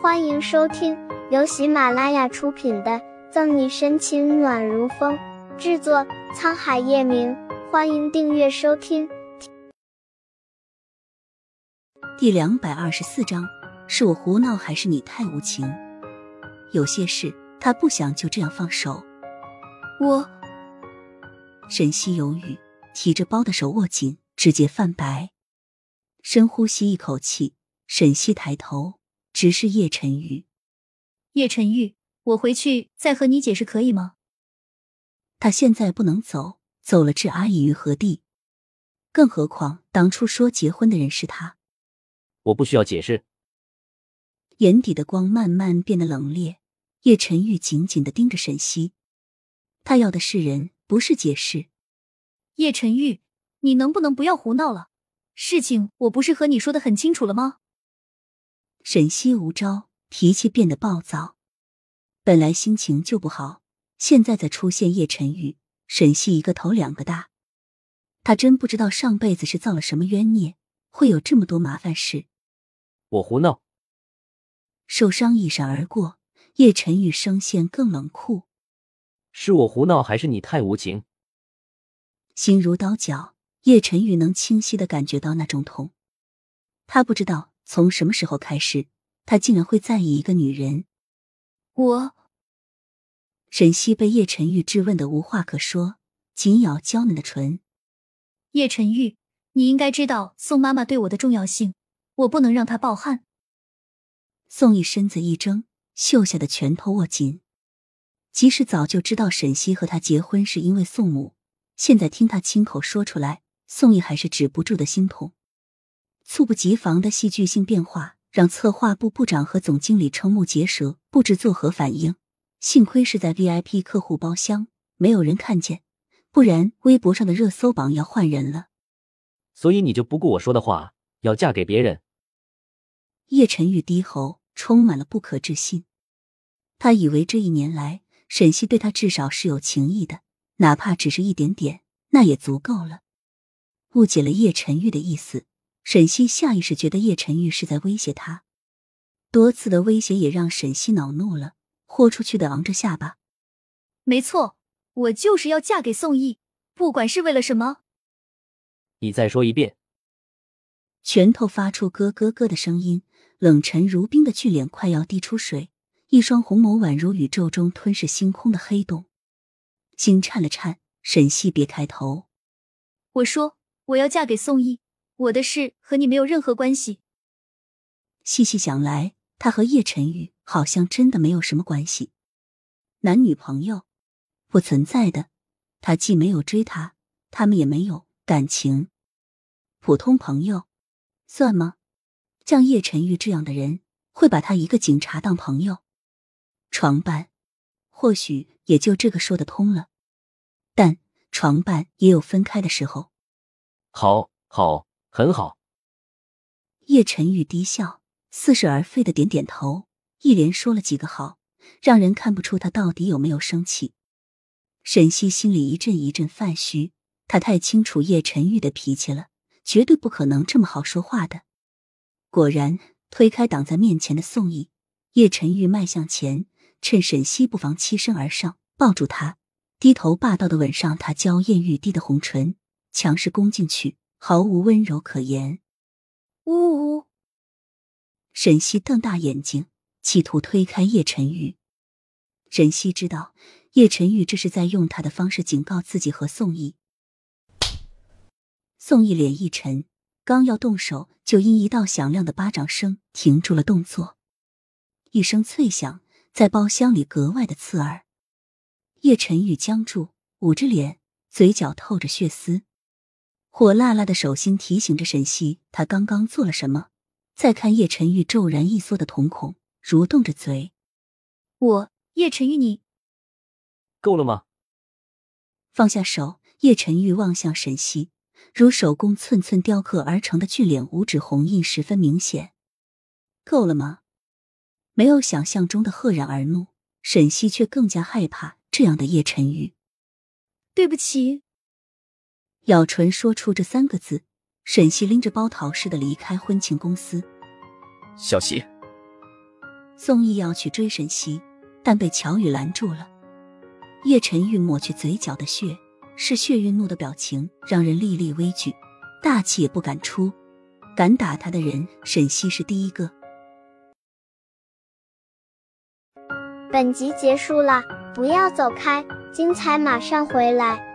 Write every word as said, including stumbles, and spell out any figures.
欢迎收听由喜马拉雅出品的《赠你深情暖如风》，制作沧海夜明。欢迎订阅收听。 第两百二十四章，是我胡闹还是你太无情？有些事他不想就这样放手。 我…… 沈西犹豫，提着包的手握紧，指节泛白。深呼吸一口气，沈西抬头直视叶晨玉。 叶晨玉，我回去再和你解释可以吗？ 他现在不能走，走了置阿姨于何地？更何况当初说结婚的人是他。 我不需要解释。 眼底的光慢慢变得冷冽，叶晨玉紧紧地盯着沈西。他要的是人，不是解释。 叶晨玉，你能不能不要胡闹了？事情我不是和你说得很清楚了吗？ 沈西无招，脾气变得暴躁。本来心情就不好，现在再出现叶晨玉，沈西一个头两个大。他真不知道上辈子是造了什么冤孽，会有这么多麻烦事。 我胡闹。 受伤一闪而过，叶晨玉声线更冷酷。 是我胡闹还是你太无情？ 心如刀绞，叶晨玉能清晰地感觉到那种痛。他不知道从什么时候开始，他竟然会在意一个女人。 我…… 沈西被叶晨玉质问得无话可说，紧咬娇嫩的唇。 叶晨玉，你应该知道宋妈妈对我的重要性，我不能让她抱憾。 宋义身子一怔，袖下的拳头握紧。即使早就知道沈西和他结婚是因为宋母，现在听他亲口说出来，宋义还是止不住的心痛。猝不及防的戏剧性变化让策划部部长和总经理瞠目结舌，不知作何反应。幸亏是在 V I P 客户包厢，没有人看见，不然微博上的热搜榜要换人了。 所以你就不顾我说的话，要嫁给别人？ 叶晨玉低喉，充满了不可置信。他以为这一年来沈西对他至少是有情意的，哪怕只是一点点，那也足够了。误解了叶晨玉的意思，沈西下意识觉得叶晨玉是在威胁他。多次的威胁也让沈西恼怒了，豁出去的昂着下巴。 没错，我就是要嫁给宋义，不管是为了什么。 你再说一遍。 拳头发出咯咯咯的声音，冷沉如冰的巨脸快要滴出水，一双红眸宛如宇宙中吞噬星空的黑洞。心颤了颤，沈西别开头。 我说我要嫁给宋义，我的事和你没有任何关系。 细细想来，他和叶晨玉好像真的没有什么关系。男女朋友不存在的，他既没有追她，他们也没有感情。普通朋友算吗？像叶晨玉这样的人会把他一个警察当朋友？床伴或许也就这个说得通了，但床伴也有分开的时候。 好，好，很好。 叶晨玉低笑，似是而非的点点头，一连说了几个好，让人看不出他到底有没有生气。沈西心里一阵一阵泛虚，他太清楚叶晨玉的脾气了，绝对不可能这么好说话的。果然，推开挡在面前的宋义，叶晨玉迈向前，趁沈西不防欺身而上，抱住他，低头霸道地吻上他娇艳欲滴的红唇，强势攻进去，毫无温柔可言。 呜呜！ 沈西瞪大眼睛，企图推开叶晨玉。沈西知道叶晨玉这是在用他的方式警告自己和宋义。宋义脸一沉，刚要动手，就因一道响亮的巴掌声停住了动作。一声脆响，在包厢里格外的刺耳。叶晨玉僵住，捂着脸，嘴角透着血丝。火辣辣的手心提醒着沈西他刚刚做了什么。再看叶晨玉骤然一缩的瞳孔，蠕动着嘴。 我叶晨玉，你够了吗？ 放下手，叶晨玉望向沈西，如手工寸寸雕刻而成的俊脸五指红印十分明显。够了吗？没有想象中的赫然而怒，沈西却更加害怕这样的叶晨玉。 对不起。 咬唇说出这三个字，沈西拎着包逃似的离开婚庆公司。 小西， 宋毅要去追沈西，但被乔宇拦住了。叶晨玉抹去嘴角的血，是血愠怒的表情让人历历畏惧，大气也不敢出。敢打他的人，沈西是第一个。 本集结束了，不要走开，精彩马上回来。